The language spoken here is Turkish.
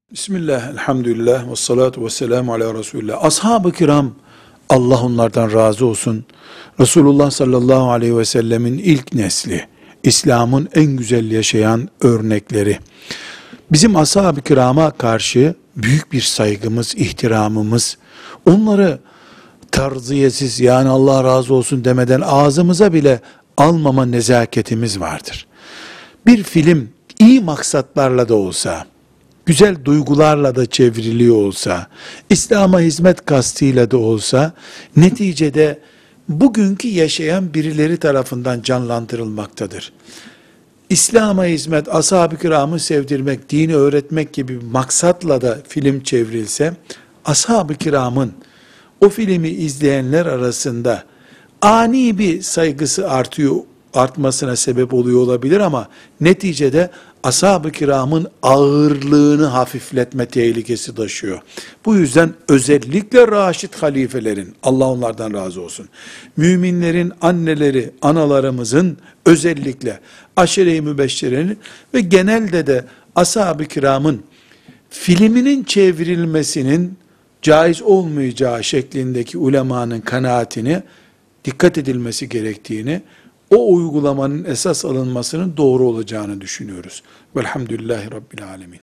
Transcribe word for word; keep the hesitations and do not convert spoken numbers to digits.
Bismillah, elhamdülillah, ve salatu ve selamu ala Resulullah. Ashab-ı kiram, Allah onlardan razı olsun, Resulullah sallallahu aleyhi ve sellemin ilk nesli, İslam'ın en güzel yaşayan örnekleri. Bizim ashab-ı kirama karşı büyük bir saygımız, ihtiramımız, onları tarziyesiz, yani Allah razı olsun demeden ağzımıza bile almama nezaketimiz vardır. Bir film iyi maksatlarla da olsa, güzel duygularla da çevriliyor olsa, İslam'a hizmet kastıyla da olsa, neticede bugünkü yaşayan birileri tarafından canlandırılmaktadır. İslam'a hizmet, ashab-ı kiramı sevdirmek, dini öğretmek gibi bir maksatla da film çevrilse, ashab-ı kiramın o filmi izleyenler arasında ani bir saygısı artıyor, artmasına sebep oluyor olabilir ama neticede ashab-ı kiramın ağırlığını hafifletme tehlikesi taşıyor. Bu yüzden özellikle Raşid halifelerin, Allah onlardan razı olsun, müminlerin anneleri, analarımızın özellikle aşire-i mübeşşerenin ve genelde de ashab-ı kiramın filminin çevrilmesinin caiz olmayacağı şeklindeki ulemanın kanaatini dikkat edilmesi gerektiğini, o uygulamanın esas alınmasının doğru olacağını düşünüyoruz. Velhamdülillahi Rabbil Alemin.